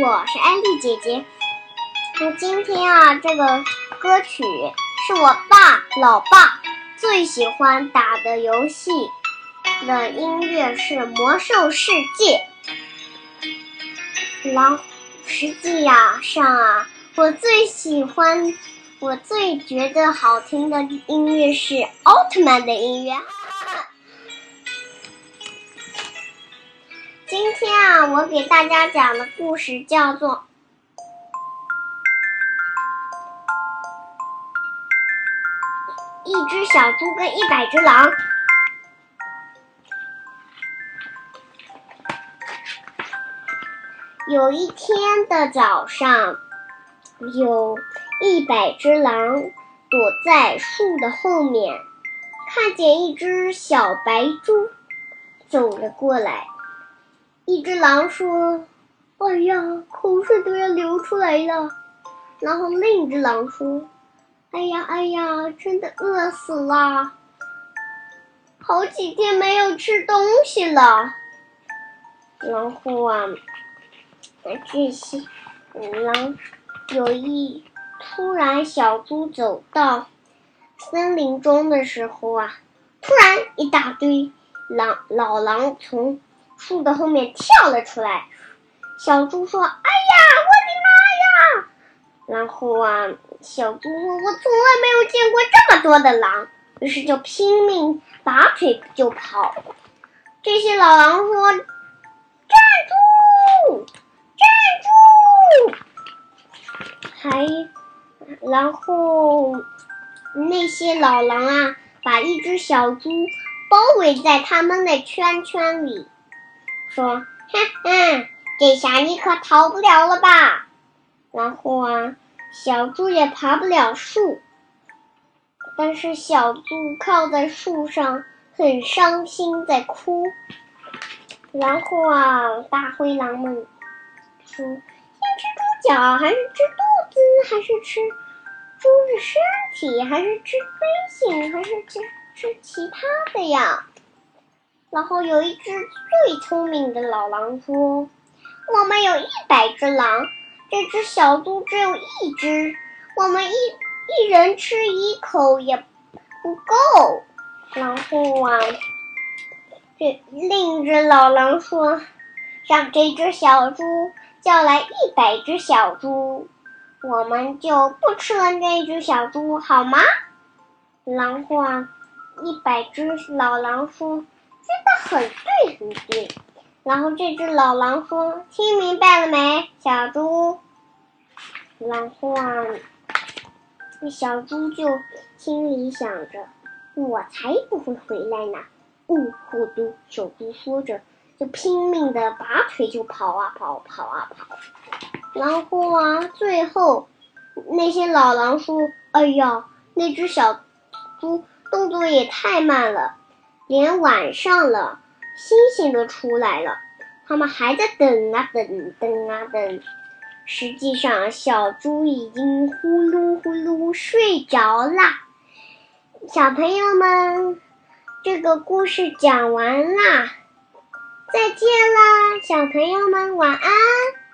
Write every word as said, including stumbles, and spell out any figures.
我是安丽姐姐。那今天啊，这个歌曲是我爸老爸最喜欢打的游戏的音乐是《魔兽世界》。然后实际呀上啊，我最喜欢我最觉得好听的音乐是奥特曼的音乐。今天啊，我给大家讲的故事叫做一只小猪跟一百只狼。有一天的早上，有一百只狼躲在树的后面，看见一只小白猪走了过来。一只狼说：“哎呀，口水都要流出来了。”然后另一只狼说：“哎呀哎呀，真的饿死了，好几天没有吃东西了。”然后啊，这些狼有一突然小猪走到森林中的时候啊，突然一大堆狼老狼从树的后面跳了出来。小猪说：“哎呀，我的妈呀！”然后啊，小猪说：“我从来没有见过这么多的狼。”于是就拼命拔腿就跑。这些老狼说：“站住！站住！”还然后那些老狼啊，把一只小猪包围在他们的圈圈里，说：“哼哼，这下你可逃不了了吧？”然后啊，小猪也爬不了树，但是小猪靠在树上很伤心，在哭。然后啊，大灰狼们说：“先吃猪脚，还是吃肚子，还是吃猪的身体，还是吃飞行，还是吃吃其他的呀？”然后有一只最聪明的老狼说：“我们有一百只狼，这只小猪只有一只，我们一一人吃一口也不够。”然后啊，这另一只老狼说：“让这只小猪叫来一百只小猪，我们就不吃了这只小猪，好吗？”然后啊，一百只老狼说：“真的很对，很对。”然后这只老狼说：“听明白了没，小猪？”然后啊，小猪就心里想着：“我才不会回来呢！”呜呼嘟，小猪说着，就拼命的拔腿就跑啊跑，跑啊跑。然后啊，最后那些老狼说：“哎呀，那只小猪动作也太慢了，连晚上了，星星都出来了，他们还在等啊等，等啊等。”实际上，小猪已经呼噜呼噜睡着啦。小朋友们，这个故事讲完啦，再见啦，小朋友们晚安。